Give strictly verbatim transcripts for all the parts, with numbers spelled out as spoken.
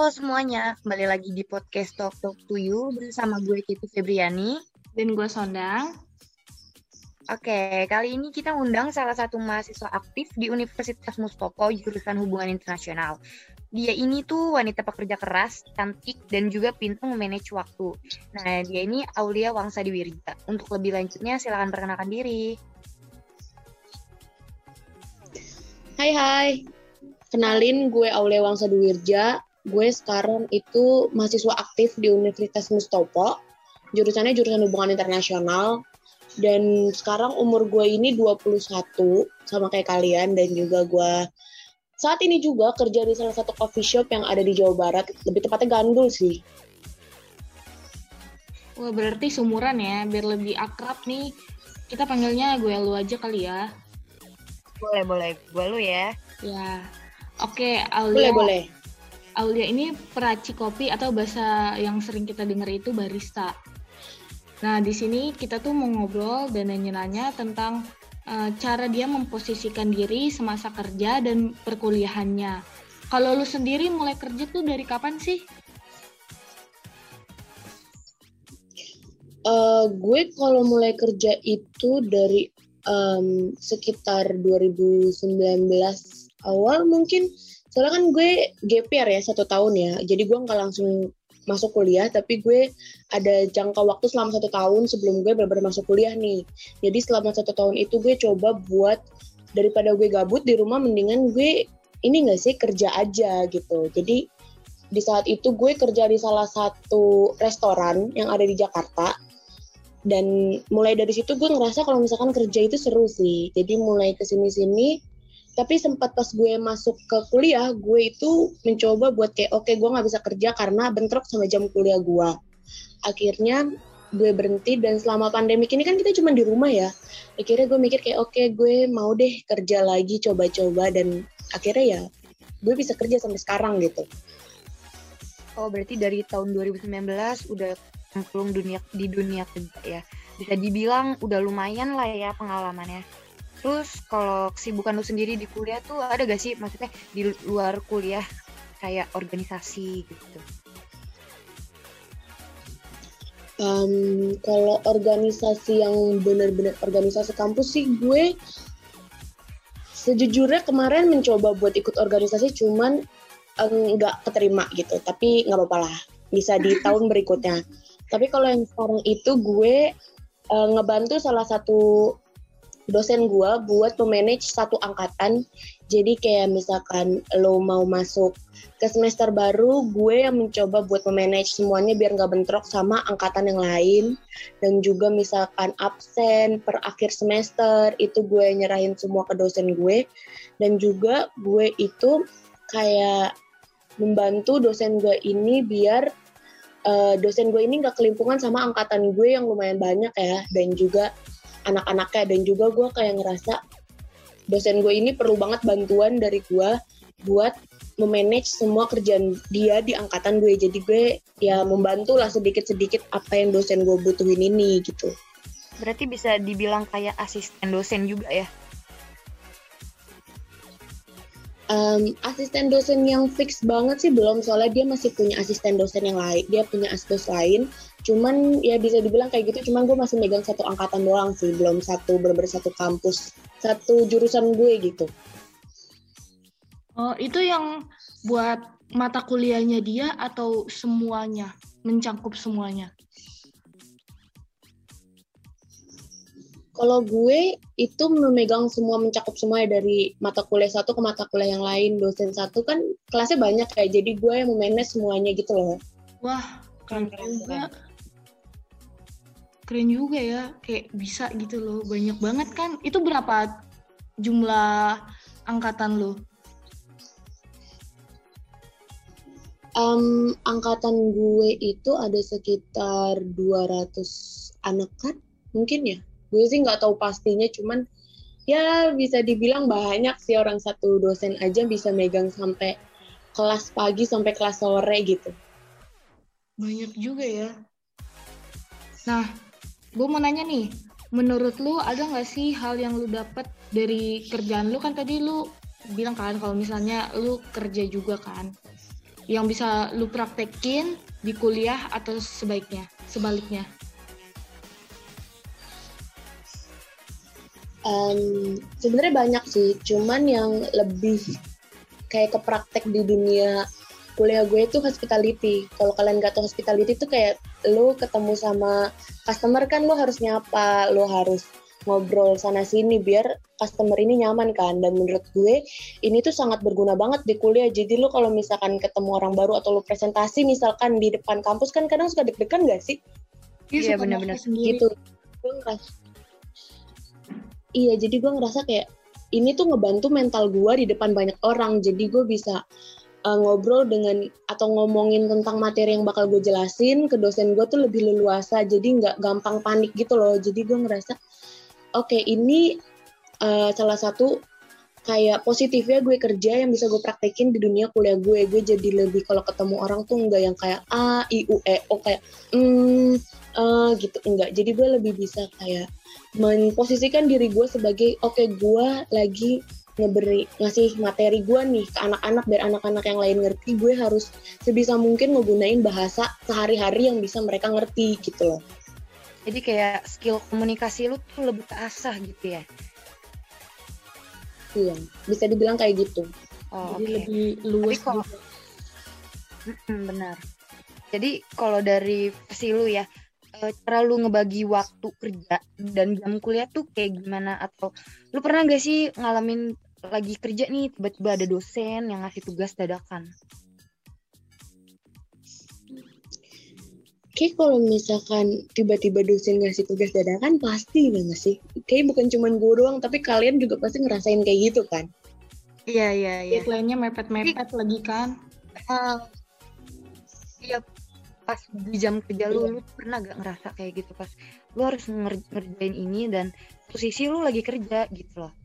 Halo semuanya, kembali lagi di podcast Talk Talk to You bersama gue Kiki Febriani. Dan gue Sondang. Oke, kali ini kita undang salah satu mahasiswa aktif di Universitas Mustopo jurusan Hubungan Internasional. Dia ini tuh wanita pekerja keras, cantik, dan juga pintar memanage waktu. Nah, dia ini Aulia Wangsadiwirja. Untuk lebih lanjutnya, silakan perkenalkan diri. Hai hai, kenalin gue Aulia Wangsadiwirja. Gue sekarang itu mahasiswa aktif di Universitas Mustopo, jurusannya jurusan Hubungan Internasional. Dan sekarang umur gue ini dua puluh satu, sama kayak kalian. Dan juga gue saat ini juga kerja di salah satu coffee shop yang ada di Jawa Barat. Lebih tepatnya Gandul sih. Wah, berarti sumuran ya, biar lebih akrab nih. Kita panggilnya gue lu aja kali ya. Boleh, boleh. Gue lu ya. Ya, oke Aulia. Boleh, boleh. Aulia ini peracik kopi atau bahasa yang sering kita dengar itu barista. Nah, di sini kita tuh mau ngobrol dan nanya-nanya tentang uh, cara dia memposisikan diri semasa kerja dan perkuliahannya. Kalau lu sendiri mulai kerja tuh dari kapan sih? Uh, gue kalau mulai kerja itu dari um, sekitar dua ribu sembilan belas awal mungkin. Soalnya kan gue gap year ya, satu tahun ya. Jadi gue nggak langsung masuk kuliah, tapi gue ada jangka waktu selama satu tahun sebelum gue benar-benar masuk kuliah nih. Jadi selama satu tahun itu gue coba buat, daripada gue gabut di rumah, mendingan gue ini nggak sih kerja aja gitu. Jadi di saat itu gue kerja di salah satu restoran yang ada di Jakarta. Dan mulai dari situ gue ngerasa kalau misalkan kerja itu seru sih. Jadi mulai kesini-sini, tapi sempat pas gue masuk ke kuliah, gue itu mencoba buat kayak, oke okay, gue gak bisa kerja karena bentrok sama jam kuliah gue. Akhirnya gue berhenti, dan selama pandemik ini kan kita cuma di rumah ya. Akhirnya gue mikir kayak, oke okay, gue mau deh kerja lagi, coba-coba, dan akhirnya ya gue bisa kerja sampai sekarang gitu. Oh, berarti dari tahun dua ribu sembilan belas udah nyemplung dunia, di dunia kerja ya. Bisa dibilang udah lumayan lah ya pengalamannya. Terus kalau kesibukan lu sendiri di kuliah tuh ada gak sih, maksudnya di luar kuliah kayak organisasi gitu? Um, kalau organisasi yang benar-benar organisasi kampus sih, gue sejujurnya kemarin mencoba buat ikut organisasi, cuman nggak um, keterima gitu. Tapi nggak apa-apa lah, bisa di tahun berikutnya. Tapi kalau yang sekarang itu gue uh, ngebantu salah satu dosen gue buat memanage satu angkatan. Jadi kayak misalkan lo mau masuk ke semester baru, gue yang mencoba buat memanage semuanya biar gak bentrok sama angkatan yang lain. Dan juga misalkan absen per akhir semester, itu gue nyerahin semua ke dosen gue. Dan juga gue itu kayak membantu dosen gue ini biar uh, dosen gue ini gak kelimpungan sama angkatan gue yang lumayan banyak ya. Dan juga anak-anaknya, dan juga gue kayak ngerasa dosen gue ini perlu banget bantuan dari gue buat memanage semua kerjaan dia di angkatan gue. Jadi gue ya membantu lah sedikit-sedikit apa yang dosen gue butuhin ini gitu. Berarti bisa dibilang kayak asisten dosen juga ya? Um, asisten dosen yang fix banget sih belum, soalnya dia masih punya asisten dosen yang lain, dia punya asdos lain. Cuman ya bisa dibilang kayak gitu, cuman gue masih megang satu angkatan doang sih, belum satu bener-bener satu kampus, satu jurusan gue gitu. Oh, itu yang buat mata kuliahnya dia atau semuanya, mencakup semuanya? Kalau gue itu memegang semua, mencakup semua dari mata kuliah satu ke mata kuliah yang lain. Dosen satu kan kelasnya banyak ya, jadi gue yang memanage semuanya gitu loh. Wah, keren juga. Keren juga ya, kayak bisa gitu loh, banyak banget kan. Itu berapa jumlah angkatan lo? Um, angkatan gue itu ada sekitar dua ratus anak kan, mungkin ya. Gue sih nggak tahu pastinya, cuman ya bisa dibilang banyak sih, orang satu dosen aja bisa megang sampai kelas pagi sampai kelas sore gitu. Banyak juga ya. Nah, gue mau nanya nih, menurut lu ada nggak sih hal yang lu dapat dari kerjaan lu? Kan tadi lu bilang kan kalau misalnya lu kerja juga kan. yang bisa lu praktekin di kuliah atau sebaiknya, sebaliknya? Um, sebenarnya banyak sih, cuman yang lebih kayak ke praktek di dunia kuliah gue itu hospitality. Kalau kalian gak tahu hospitality itu kayak lo ketemu sama customer kan lo harus nyapa, lo harus ngobrol sana sini biar customer ini nyaman kan. Dan menurut gue ini tuh sangat berguna banget di kuliah. Jadi lo kalau misalkan ketemu orang baru atau lo presentasi misalkan di depan kampus kan kadang suka deg-degan gak sih? Iya benar-benar gitu. Gue ngerasa, iya jadi gue ngerasa kayak ini tuh ngebantu mental gue di depan banyak orang. Jadi gue bisa Uh, ngobrol dengan atau ngomongin tentang materi yang bakal gue jelasin ke dosen gue tuh lebih leluasa, jadi nggak gampang panik gitu loh. Jadi gue ngerasa oke okay, ini uh, salah satu kayak positifnya gue kerja yang bisa gue praktekin di dunia kuliah gue. Gue jadi lebih kalau ketemu orang tuh nggak yang kayak a i u e o kayak hmm uh, gitu, enggak. Jadi gue lebih bisa kayak memposisikan diri gue sebagai oke okay, gue lagi ngeberi ngasih materi gue nih ke anak-anak biar anak-anak yang lain ngerti. Gue harus sebisa mungkin ngegunain bahasa sehari-hari yang bisa mereka ngerti gitu loh. Jadi kayak skill komunikasi lu tuh lebih keasah gitu ya? Iya, bisa dibilang kayak gitu. Oh, jadi okay. Lebih luas kalau, juga. Mm, benar. Jadi kalau dari versi lu ya, cara lu ngebagi waktu kerja dan jam kuliah tuh kayak gimana? Atau lu pernah gak sih ngalamin lagi kerja nih tiba-tiba ada dosen yang ngasih tugas dadakan? Kayak kalau misalkan tiba-tiba dosen ngasih tugas dadakan pasti gak sih? Kayak bukan cuma gue doang, tapi kalian juga pasti ngerasain kayak gitu kan? Iya, iya, iya. Deadline-nya mepet-mepet Jadi, lagi kan? Uh, iya, pas di jam kerja lu, iya. Lu pernah gak ngerasa kayak gitu pas lu harus nger- ngerjain ini dan posisi lu lagi kerja gitu loh?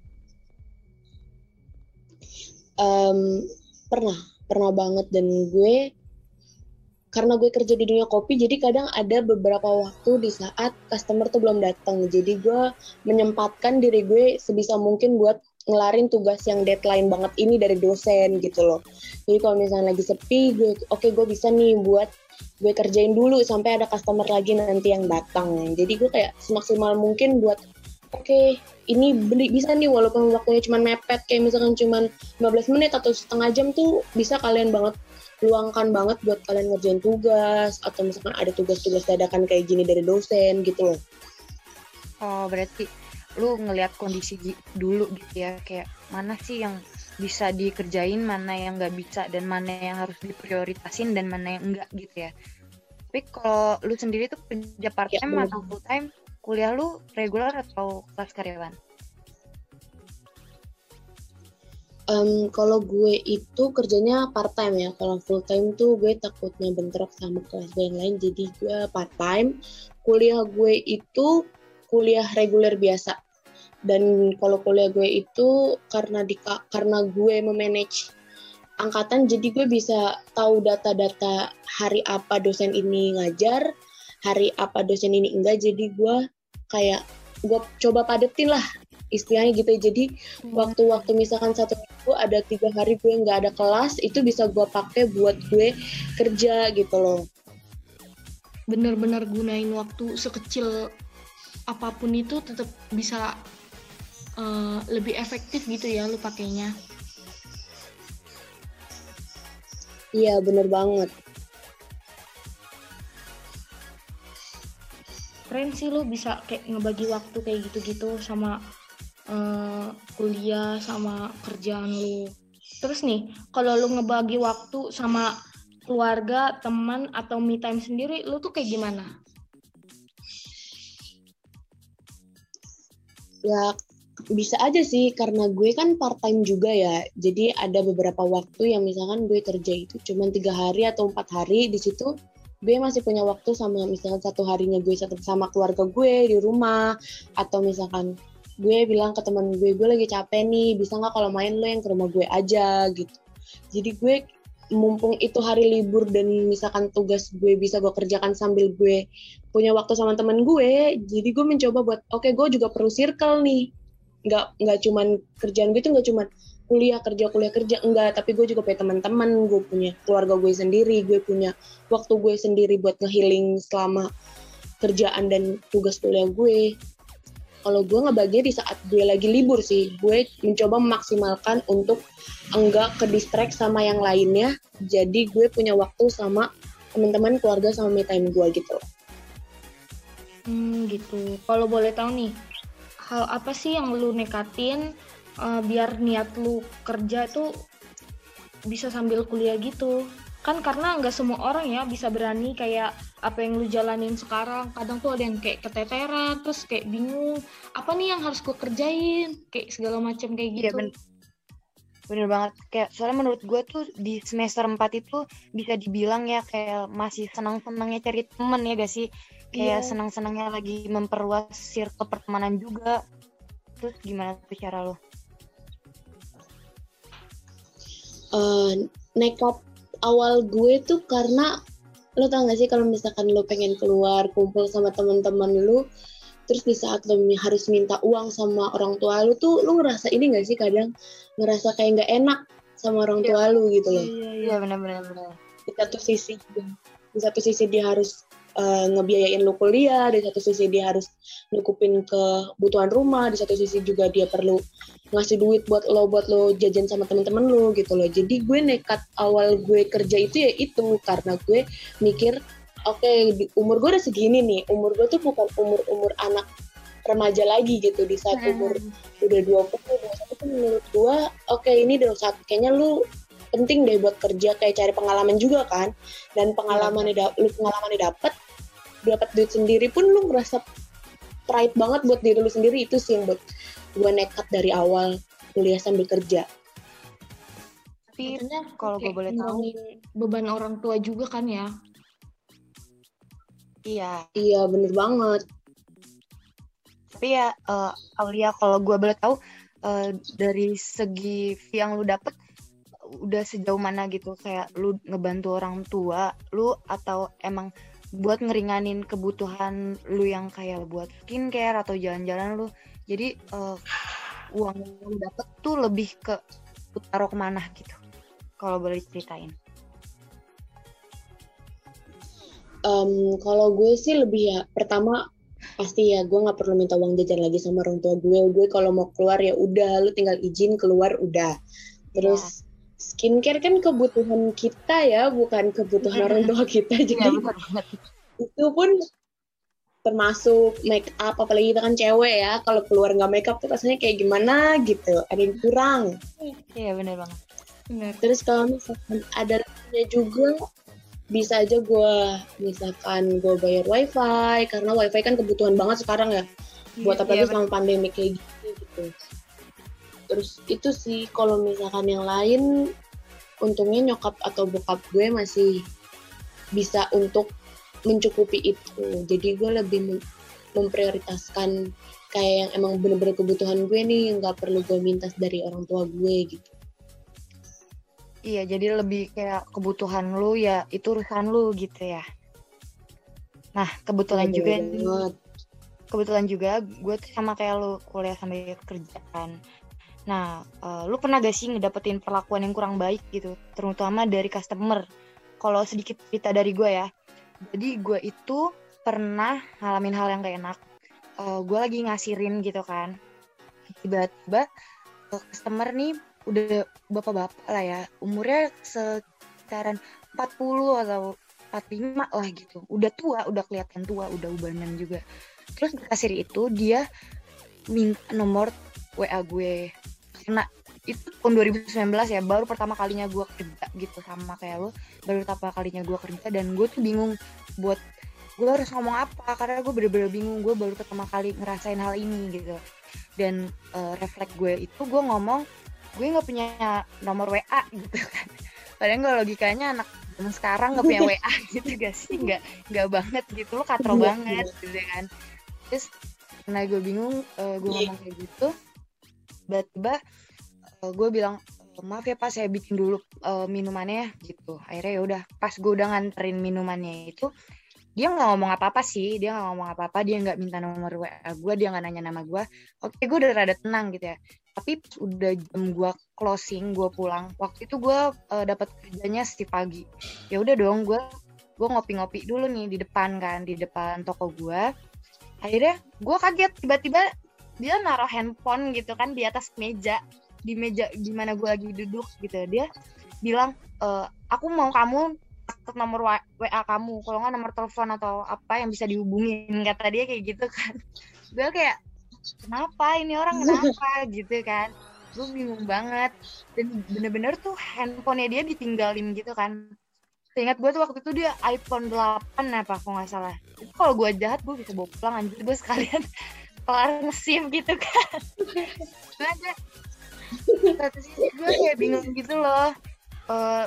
Um, pernah, pernah banget. Dan gue karena gue kerja di dunia kopi, jadi kadang ada beberapa waktu di saat customer tuh belum datang. Jadi gue menyempatkan diri gue sebisa mungkin buat ngelarin tugas yang deadline banget ini dari dosen gitu loh. Jadi kalau misalnya lagi sepi, gue oke okay, gue bisa nih buat gue kerjain dulu sampai ada customer lagi nanti yang datang. Jadi gue kayak semaksimal mungkin buat oke okay, ini beli bisa nih walaupun waktunya cuma mepet kayak misalkan cuma lima belas menit atau setengah jam tuh bisa kalian banget luangkan banget buat kalian ngerjain tugas atau misalkan ada tugas-tugas dadakan kayak gini dari dosen gitu loh. Oh berarti lu ngelihat kondisi dulu gitu ya, kayak mana sih yang bisa dikerjain, mana yang nggak bisa dan mana yang harus diprioritasin dan mana yang enggak gitu ya. Tapi kalau lu sendiri tuh kerja part time ya, atau full time, kuliah lu reguler atau kelas karyawan? Um, kalau gue itu kerjanya part time ya. Kalau full time tuh gue takutnya bentrok sama kelas gue yang lain, jadi gue part time. Kuliah gue itu kuliah reguler biasa. Dan kalau kuliah gue itu karena di karena gue memanage angkatan, jadi gue bisa tahu data-data hari apa dosen ini ngajar, hari apa dosen ini enggak. Jadi gue kayak gue coba padetin lah istilahnya gitu. Jadi hmm. waktu-waktu misalkan satu minggu ada tiga hari gue nggak ada kelas, itu bisa gue pakai buat gue kerja gitu loh. Bener-bener gunain waktu sekecil apapun itu tetap bisa uh, lebih efektif gitu ya lu pakainya. Iya bener banget. Keren sih lu bisa kayak ngebagi waktu kayak gitu-gitu sama uh, kuliah sama kerjaan lu. Terus nih, kalau lu ngebagi waktu sama keluarga, teman atau me time sendiri, lu tuh kayak gimana? Ya bisa aja sih, karena gue kan part time juga ya. Jadi ada beberapa waktu yang misalkan gue kerja itu cuma tiga hari atau empat hari, di situ gue masih punya waktu sama misalkan satu harinya gue sama keluarga gue di rumah, atau misalkan gue bilang ke teman gue, gue lagi capek nih, bisa nggak kalau main lo yang ke rumah gue aja gitu. Jadi gue mumpung itu hari libur dan misalkan tugas gue bisa gue kerjakan sambil gue punya waktu sama teman gue, jadi gue mencoba buat oke okay, gue juga perlu circle nih, nggak nggak cuman kerjaan gue tuh nggak cuman kuliah kerja kuliah kerja enggak, tapi gue juga punya teman-teman, gue punya keluarga gue sendiri, gue punya waktu gue sendiri buat ngehealing selama kerjaan dan tugas kuliah gue. Kalau gue ngebaginya di saat gue lagi libur sih, gue mencoba memaksimalkan untuk enggak ke distract sama yang lainnya, jadi gue punya waktu sama teman-teman, keluarga, sama me time gue gitu. Hmm, gitu. Kalau boleh tahu nih, hal apa sih yang lu nekatin uh, biar niat lu kerja tuh bisa sambil kuliah gitu? Kan karena nggak semua orang ya bisa berani kayak apa yang lu jalanin sekarang. Kadang tuh ada yang kayak keteteran, terus kayak bingung, apa nih yang harus gue kerjain? Kayak segala macam kayak gitu. Iya ben- bener banget. Kayak soalnya menurut gue tuh di semester empat itu bisa dibilang ya kayak masih senang-senangnya cari temen ya gak sih? Kayak Iya. senang-senangnya lagi memperluas circle pertemanan juga. Terus gimana tuh cara lo? Uh, nekat awal gue tuh karena lo tau gak sih kalau misalkan lo pengen keluar kumpul sama teman-teman lo, terus di saat lo harus minta uang sama orang tua lo tuh lo ngerasa ini gak sih kadang ngerasa kayak nggak enak sama orang tua lo gitu loh. Iya, iya. Iya benar-benar. Di satu sisi di satu sisi dia harus uh, ngebiayain lo kuliah, di satu sisi dia harus nyukupin kebutuhan rumah, di satu sisi juga dia perlu ngasih duit buat lo buat lo jajan sama temen-temen lo gitu loh. Jadi gue nekat awal gue kerja itu ya itu karena gue mikir oke okay, umur gue udah segini nih, umur gue tuh bukan umur-umur anak remaja lagi gitu. Di saat umur udah dua puluh, dua puluh satu tuh menurut gue oke okay, ini udah saat kayaknya lu penting deh buat kerja, kayak cari pengalaman juga kan, dan pengalamannya da- lu pengalamannya dapet dapat duit sendiri pun lu ngerasa pride banget buat diri lu sendiri. Itu sih yang buat gue nekat dari awal kuliah sambil kerja. Tapi kalau gue boleh tahu, beban orang tua juga kan ya? Iya. Iya bener banget. Tapi ya uh, Aulia, kalau gue boleh tahu uh, dari segi fee yang lu dapet udah sejauh mana gitu, kayak lu ngebantu orang tua lu atau emang buat ngeringanin kebutuhan lu yang kayak buat skincare atau jalan-jalan lu. Jadi uh, uang yang lu dapet tuh lebih ke taruh kemana gitu, kalau boleh ceritain. Um, kalau gue sih lebih ya pertama pasti ya gue nggak perlu minta uang jajan lagi sama orang tua gue. Gue kalau mau keluar ya udah lu tinggal izin keluar udah. Terus yeah. Skincare kan kebutuhan kita ya, bukan kebutuhan orang tua kita. Jadi yeah, benar banget. Itu pun termasuk make up, apalagi kita kan cewek ya, kalau keluar nggak make up tuh rasanya kayak gimana gitu, ada yang kurang. Iya yeah, benar banget. Benar. Terus kalau misalkan ada rezekinya juga, bisa aja gue misalkan gue bayar wifi, karena wifi kan kebutuhan banget sekarang ya, buat yeah, apalagi yeah, selama pandemi kayak gitu gitu. Terus itu sih, kalau misalkan yang lain, untungnya nyokap atau bokap gue masih bisa untuk mencukupi itu. Jadi gue lebih mem- memprioritaskan kayak yang emang bener-bener kebutuhan gue nih, nggak perlu gue minta dari orang tua gue gitu. Iya, jadi lebih kayak kebutuhan lu ya itu urusan lu gitu ya. Nah, kebetulan ya, juga banget. kebetulan juga gue tuh sama kayak lu, kuliah sambil kerjaan. Nah, uh, lu pernah gak sih ngedapetin perlakuan yang kurang baik gitu, terutama dari customer? Kalau sedikit cerita dari gue ya, jadi gue itu pernah ngalamin hal yang gak enak. Uh, gue lagi ngasirin gitu kan, tiba-tiba uh, customer nih udah bapak-bapak lah ya, umurnya sekitaran empat puluh atau empat puluh lima lah gitu, udah tua, udah kelihatan tua, udah ubanan juga. Terus di kasir itu dia minta nomor W A gue, karena itu tahun dua ribu sembilan belas ya, baru pertama kalinya gue kerja gitu sama kayak lo, baru pertama kalinya gue kerja, dan gue tuh bingung buat gue harus ngomong apa, karena gue bener-bener bingung, gue baru pertama kali ngerasain hal ini gitu. Dan uh, refleks gue itu gue ngomong gue nggak punya nomor W A gitu kan, padahal gue logikanya anak zaman sekarang nggak punya W A gitu gak sih, nggak nggak banget gitu, lo katro banget gitu kan. Terus karena gue bingung, uh, gue ngomong kayak gitu, tiba-tiba uh, gue bilang maaf ya Pak, saya bikin dulu uh, minumannya gitu. Akhirnya ya udah, pas gue udah nganterin minumannya itu, dia nggak ngomong apa-apa sih, dia nggak ngomong apa-apa, dia nggak minta nomor W A gue, dia nggak nanya nama gue. Oke, gue udah rada tenang gitu ya. Tapi udah jam gue closing, gue pulang. Waktu itu gue uh, dapat kerjanya si pagi. Ya udah dong, gue gue ngopi-ngopi dulu nih di depan kan, di depan toko gue. Akhirnya gue kaget, tiba-tiba dia naruh handphone gitu kan di atas meja, di meja di mana gue lagi duduk gitu. Dia bilang, e, aku mau kamu nomor W A kamu, kalau nggak nomor telepon atau apa yang bisa dihubungin, kata dia kayak gitu kan. Gue kayak, kenapa ini orang kenapa gitu kan, gue bingung banget. Dan bener-bener tuh handphonenya dia ditinggalin gitu kan. Seingat gue tuh waktu itu dia iPhone delapan apa kalau nggak salah. Itu kalau gue jahat gue bisa bawa pulang, anjir, gue sekalian kelar nge-sim gitu kan. Gue ada satu sisi gue kayak bingung gitu loh, uh,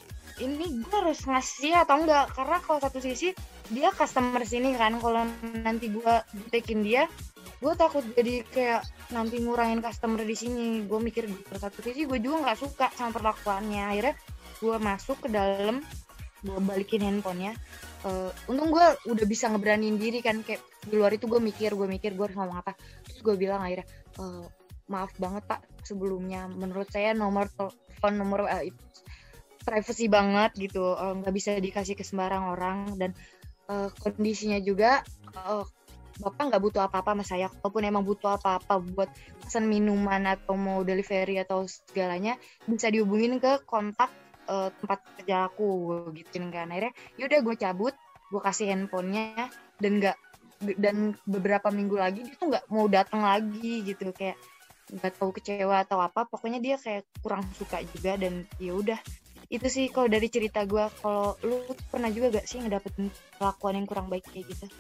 ini gue harus ngasih atau enggak, karena kalau satu sisi dia customer sini kan, kalau nanti gue jutekin dia, gue takut jadi kayak nanti ngurangin customer di sini. Gue mikir gitu. Satu sisi gue juga nggak suka sama perlakuannya. Akhirnya gue masuk ke dalam, gue balikin handphonenya. Uh, untung gue udah bisa ngeberaniin diri kan, kayak di luar itu gue mikir, gue mikir gue harus ngomong apa. Terus gue bilang akhirnya, uh, maaf banget Pak sebelumnya, menurut saya nomor telepon, nomor W A itu privacy banget gitu, nggak uh, bisa dikasih ke sembarang orang, dan uh, kondisinya juga uh, Bapak nggak butuh apa-apa sama saya. Walaupun emang butuh apa-apa buat pesan minuman atau mau delivery atau segalanya, bisa dihubungin ke kontak uh, tempat kerja aku gitu kan. Akhirnya yaudah gue cabut, gue kasih handphonenya, dan nggak dan beberapa minggu lagi dia tuh nggak mau datang lagi gitu, kayak nggak tahu kecewa atau apa, pokoknya dia kayak kurang suka juga. Dan ya udah, itu sih kalau dari cerita gue. Kalau lu pernah juga gak sih ngedapetin perlakuan yang kurang baik kayak gitu?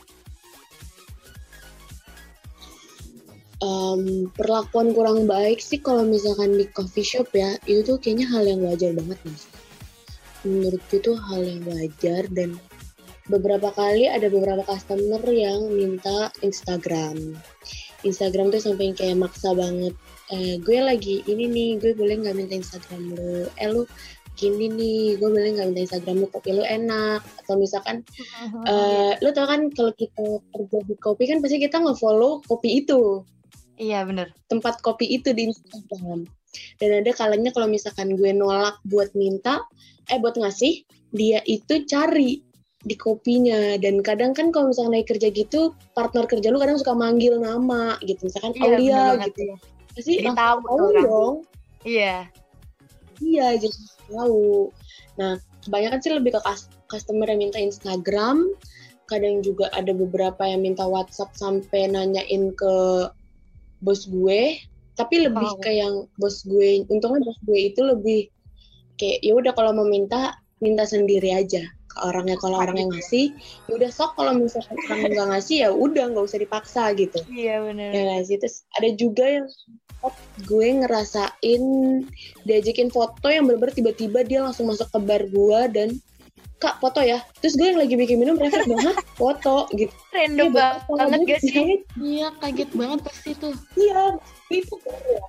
Um, perlakuan kurang baik sih kalau misalkan di coffee shop ya, itu tuh kayaknya hal yang wajar banget nih. Menurutku itu hal yang wajar, dan beberapa kali ada beberapa customer yang minta Instagram. Instagram tuh sampai kayak maksa banget. Eh, gue lagi ini nih, gue boleh nggak minta Instagram lu? Eh lu gini nih, gue boleh nggak minta Instagram lu? Kopi lu enak. Atau misalkan, uh, lu tau kan kalau kita kerja di kopi kan pasti kita nge-follow kopi itu. Iya bener. Tempat kopi itu di Instagram. Dan ada kalanya kalau misalkan gue nolak buat minta, eh buat ngasih, dia itu cari di kopinya. Dan kadang kan kalau misalkan naik kerja gitu, partner kerja lu kadang suka manggil nama gitu, misalkan iya, Aulia gitu ya, pasti tahu tahu dong. Iya iya jadi tahu. Nah kebanyakan sih lebih ke customer yang minta Instagram. Kadang juga ada beberapa yang minta WhatsApp sampai nanyain ke bos gue, tapi lebih oh. ke yang bos gue, untungnya bos gue itu lebih kayak ya udah kalau mau minta minta sendiri aja ke orangnya. Kalau orangnya ngasih, ya udah sok. Kalau misalkan orang nggak ngasih, ya udah nggak usah dipaksa gitu. Iya benar. Ya ngasih. Terus ada juga yang gue ngerasain diajakin foto yang bener-bener tiba-tiba dia langsung masuk ke bar gue dan Kak foto ya. Terus gue yang lagi bikin minum refleks banget foto gitu. Random ya, banget gak sih? Iya kaget banget pasti tuh. Iya itu bar ya.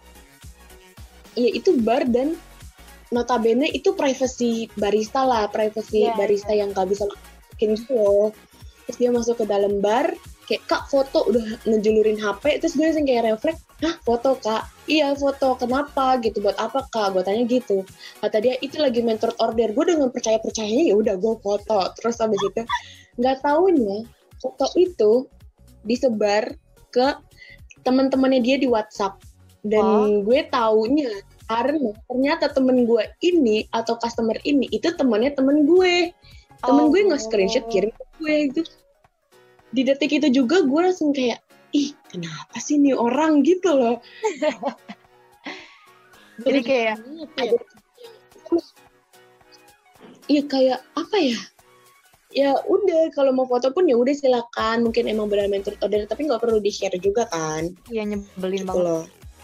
Iya itu bar, dan notabene itu privacy barista lah, privacy yeah, barista yeah. yang gak bisa bikin gitu loh. Terus dia masuk ke dalam bar, kayak Kak foto, udah ngejulurin H P. Terus gue langsung kayak refleks, hah foto Kak? Iya foto, kenapa gitu, buat apa Kak? Gue tanya gitu. Kata dia itu lagi mentor order. Gue dengan percaya-percayanya ya udah gue foto. Terus habis itu nggak taunya foto itu disebar ke teman-temannya dia di WhatsApp. Dan oh. gue taunya karena ternyata temen gue ini atau customer ini itu temennya temen gue. Temen oh. gue nge-screenshot kirim ke gue gitu. Di detik itu juga gue langsung kayak, ih kenapa sih nih orang gitu loh. Jadi kayak iya kayak apa ya, ya udah kalau mau foto pun ya udah silakan, mungkin emang benar mentor order tapi nggak perlu di share juga kan. Iya nyebelin gitu banget loh.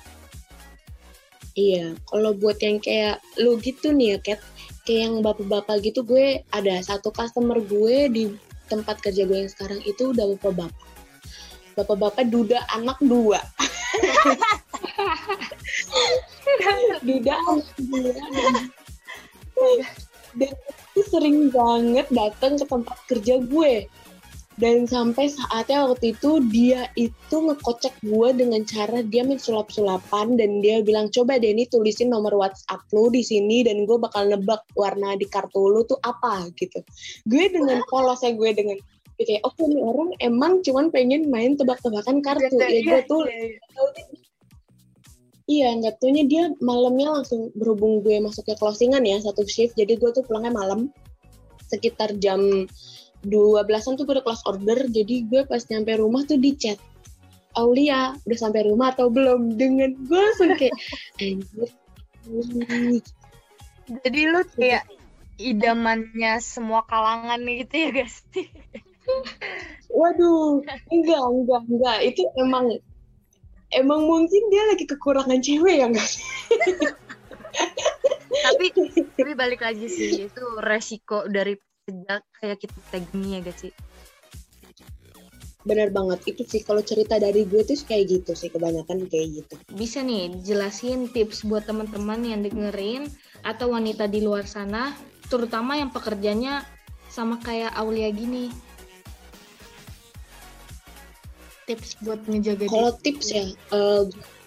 Iya, kalau buat yang kayak lu gitu nih ya Kat, kayak yang bapak-bapak gitu, gue ada satu customer gue di tempat kerja gue yang sekarang itu udah bapak-bapak. Bapak-bapak duda anak dua. Duda anak dua. Dan, dan itu sering banget datang ke tempat kerja gue. Dan sampai saatnya waktu itu dia itu ngekocek gue dengan cara dia mensulap-sulapan dan dia bilang coba deh ini tulisin nomor WhatsApp lu di sini dan gue bakal nebak warna di kartu lu tuh apa gitu. Gue dengan polosnya gue dengan kayak oke okay, nih orang emang cuman pengen main tebak-tebakan kartu ya gue tuh iya nggak taunya dia malamnya langsung berhubung gue masuk ke closingan ya satu shift jadi gue tuh pulangnya malam sekitar jam dua belasan tuh gue udah close order jadi gue pas nyampe rumah tuh di chat Aulia udah sampai rumah atau belum dengan gue langsung kayak jadi lu kayak idamannya semua kalangan gitu ya guys sih? Waduh enggak enggak enggak itu emang emang mungkin dia lagi kekurangan cewek ya enggak tapi tapi balik lagi sih itu resiko dari sejak kayak kita gini ya gak sih? Bener banget itu sih kalau cerita dari gue tuh kayak gitu sih kebanyakan kayak gitu. Bisa nih jelasin tips buat teman-teman yang dengerin atau wanita di luar sana terutama yang pekerjaannya sama kayak Aulia gini. Tips buat ngejaga kalau tips ya uh,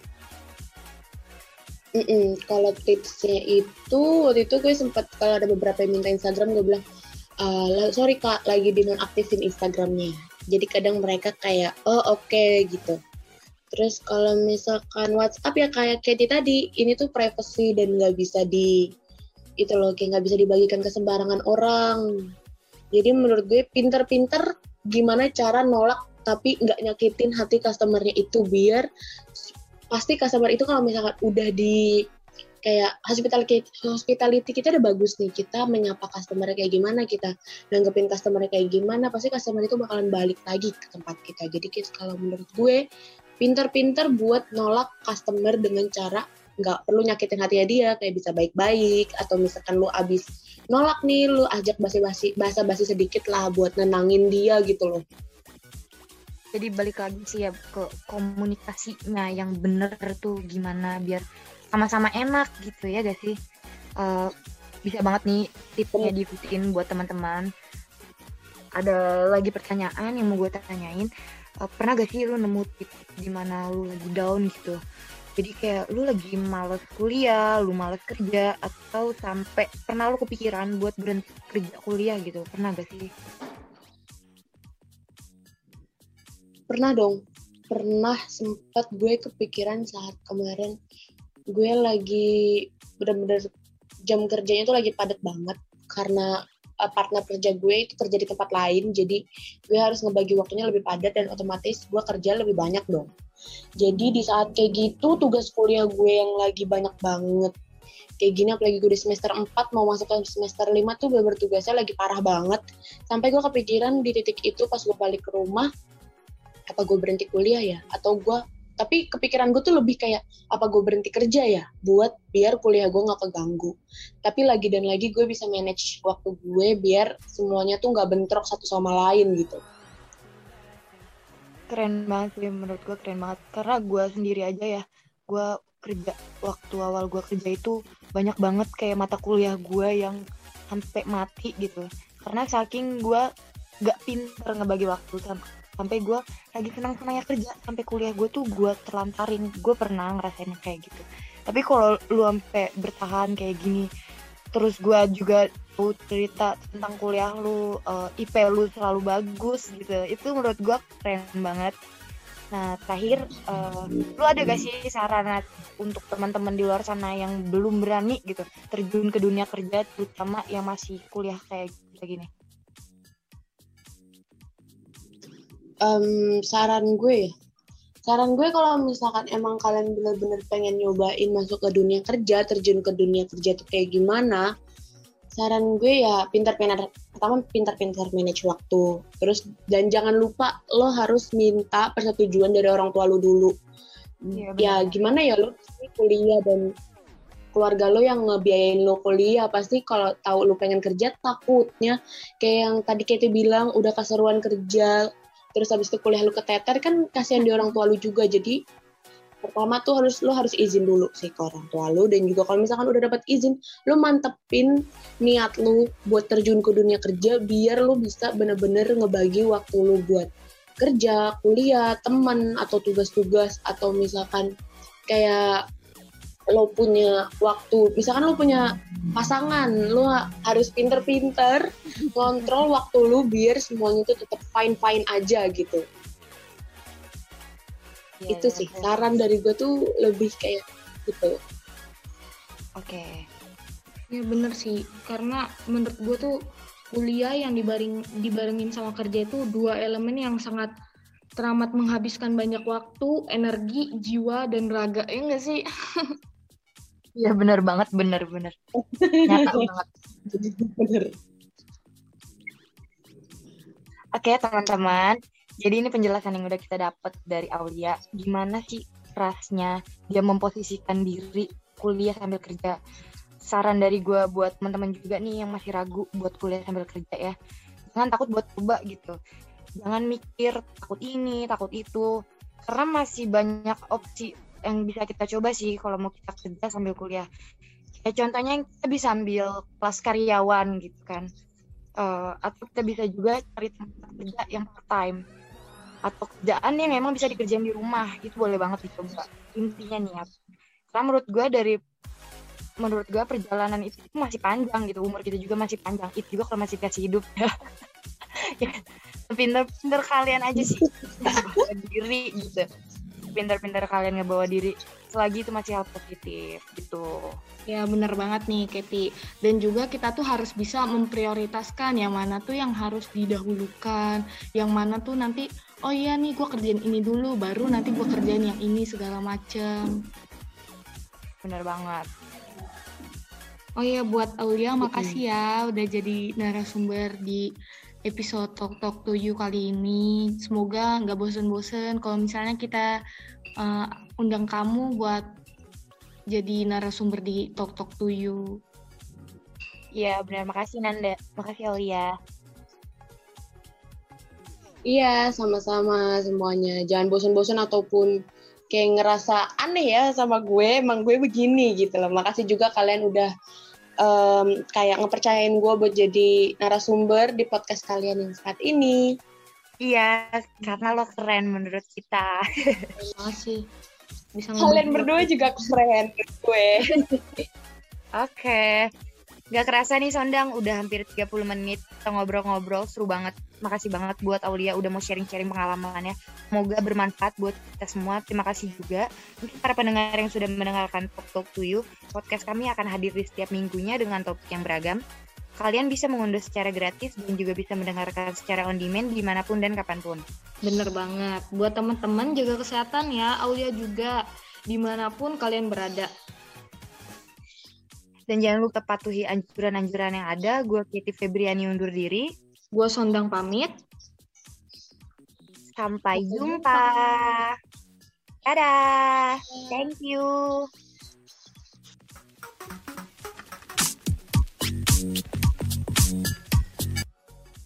kalau tipsnya itu waktu itu gue sempat kalau ada beberapa yang minta Instagram gue bilang Uh, sorry kak, lagi dinonaktifin Instagramnya. Jadi kadang mereka kayak, oh oke okay, gitu. Terus kalau misalkan WhatsApp ya kayak Katie tadi, ini tuh privacy dan nggak bisa di itu loh, kayak nggak bisa dibagikan ke sembarangan orang. Jadi menurut gue pinter-pinter gimana cara nolak tapi nggak nyakitin hati customernya itu biar pasti customer itu kalau misalkan udah di kayak hospitality, hospitality kita udah bagus nih, kita menyapa customer kayak gimana, kita nanggepin customer kayak gimana, pasti customer itu bakalan balik lagi ke tempat kita. Jadi kita, kalau menurut gue pinter-pinter buat nolak customer dengan cara nggak perlu nyakitin hatinya dia, kayak bisa baik-baik atau misalkan lu abis nolak nih, lu ajak basi-basi basa-basi sedikit lah buat nenangin dia gitu loh. Jadi balik lagi sih ya ke komunikasinya yang bener tuh gimana biar sama-sama enak gitu ya gak sih? Uh, bisa banget nih tipsnya diikutin buat teman-teman. Ada lagi pertanyaan yang mau gue tanyain. Uh, pernah gak sih lu nemu tips dimana lu lagi down gitu? Jadi kayak lu lagi males kuliah, lu males kerja, atau sampai pernah lu kepikiran buat berhenti kerja kuliah gitu? Pernah gak sih? Pernah dong. Pernah sempat gue kepikiran saat kemarin gue lagi bener-bener jam kerjanya tuh lagi padat banget karena uh, partner kerja gue itu kerja di tempat lain, jadi gue harus ngebagi waktunya lebih padat dan otomatis gue kerja lebih banyak dong. Jadi di saat kayak gitu tugas kuliah gue yang lagi banyak banget kayak gini, apalagi gue di semester empat mau masuk ke semester lima tuh bener tugasnya lagi parah banget, sampai gue kepikiran di titik itu pas gue balik ke rumah apa gue berhenti kuliah ya atau gue, tapi kepikiran gue tuh lebih kayak apa gue berhenti kerja ya buat biar kuliah gue nggak keganggu. Tapi lagi dan lagi gue bisa manage waktu gue biar semuanya tuh nggak bentrok satu sama lain gitu. Keren banget sih menurut gue, keren banget karena gue sendiri aja ya, gue kerja waktu awal gue kerja itu banyak banget kayak mata kuliah gue yang sampai mati gitu karena saking gue nggak pinter ngebagi waktu sama sampai gue lagi senang-senangnya kerja sampai kuliah gue tuh gue terlantarin. Gue pernah ngerasain kayak gitu. Tapi kalau lu sampai bertahan kayak gini terus gue juga tahu cerita tentang kuliah lu, uh, I P lu selalu bagus gitu, itu menurut gue keren banget. Nah terakhir uh, lu ada gak sih saran untuk teman-teman di luar sana yang belum berani gitu terjun ke dunia kerja terutama yang masih kuliah kayak gini? Um, saran gue ya, saran gue kalau misalkan emang kalian benar-benar pengen nyobain masuk ke dunia kerja, terjun ke dunia kerja tuh kayak gimana, saran gue ya pintar-pintar, pertama pintar-pintar manage waktu, terus dan jangan lupa lo harus minta persetujuan dari orang tua lo dulu. Ya, ya gimana ya lo kuliah dan keluarga lo yang ngebiayain lo kuliah, pasti kalau tahu lo pengen kerja takutnya kayak yang tadi Katie bilang udah keseruan kerja terus habis itu kuliah lu keteter kan kasihan di orang tua lu juga. Jadi pertama tuh harus lo harus izin dulu sih ke orang tua lo, dan juga kalau misalkan udah dapat izin, lo mantepin niat lo buat terjun ke dunia kerja biar lo bisa bener-bener ngebagi waktu lo buat kerja, kuliah, teman, atau tugas-tugas, atau misalkan kayak lo punya waktu, misalkan lo punya pasangan, lo harus pinter-pinter kontrol waktu lo biar semuanya itu tetap fine-fine aja gitu. Ya, itu ya, sih ya. Saran dari gue tuh lebih kayak gitu. Oke. Okay. Ya bener sih, karena menurut gue tuh kuliah yang dibaring, dibarengin sama kerja itu dua elemen yang sangat teramat menghabiskan banyak waktu, energi, jiwa, dan raga. Ya nggak sih? Iya bener banget, bener-bener. Nyata banget. Bener. Oke teman-teman, jadi ini penjelasan yang udah kita dapat dari Aulia. Gimana sih rasanya dia memposisikan diri kuliah sambil kerja. Saran dari gue buat teman-teman juga nih yang masih ragu buat kuliah sambil kerja ya. Jangan takut buat coba gitu. Jangan mikir takut ini, takut itu. Karena masih banyak opsi yang bisa kita coba sih kalau mau kita kerja sambil kuliah. Ya contohnya kita bisa ambil kelas karyawan gitu kan. Uh, atau kita bisa juga cari tempat kerja yang part time. Atau kerjaan yang memang bisa dikerjain di rumah, itu boleh banget dicoba. Intinya niat. Karena menurut gue dari menurut gue perjalanan itu masih panjang gitu, umur kita juga masih panjang. Itu juga kalau masih dikasih hidup ya. Pinter-pinter kalian aja sih ngebawa diri gitu. Pinter-pinter kalian ngebawa diri selagi itu masih hal positif gitu. Ya benar banget nih Keti. Dan juga kita tuh harus bisa memprioritaskan yang mana tuh yang harus didahulukan, yang mana tuh nanti oh iya nih gue kerjain ini dulu, baru nanti gue kerjain yang ini segala macem. Bener banget. Oh iya buat Aulia makasih ya udah jadi narasumber di episode Talk Talk to You kali ini. Semoga nggak bosen-bosen kalau misalnya kita uh, undang kamu buat jadi narasumber di Talk Talk to You. Iya benar, makasih Nanda, makasih Aulia. Iya, sama-sama semuanya. Jangan bosan-bosan ataupun kayak ngerasa aneh ya sama gue, emang gue begini gitu loh. Makasih juga kalian udah um, kayak ngepercayain gue buat jadi narasumber di podcast kalian yang saat ini. Iya, karena lo keren menurut kita. Terima kasih. Bisa kalian berdua juga keren gue. Oke. Okay. Gak kerasa nih Sondang, udah hampir tiga puluh menit kita ngobrol-ngobrol, seru banget. Makasih banget buat Aulia udah mau sharing-sharing pengalamannya. Semoga bermanfaat buat kita semua. Terima kasih juga untuk para pendengar yang sudah mendengarkan Talk Talk to You. Podcast kami akan hadir di setiap minggunya dengan topik yang beragam. Kalian bisa mengunduh secara gratis dan juga bisa mendengarkan secara on demand dimanapun dan kapanpun. Bener banget. Buat teman-teman jaga kesehatan ya, Aulia juga dimanapun kalian berada. Dan jangan lupa patuhi anjuran-anjuran yang ada. Gue Keti Febriani undur diri. Gue Sondang pamit. Sampai jumpa. Dadah. Thank you.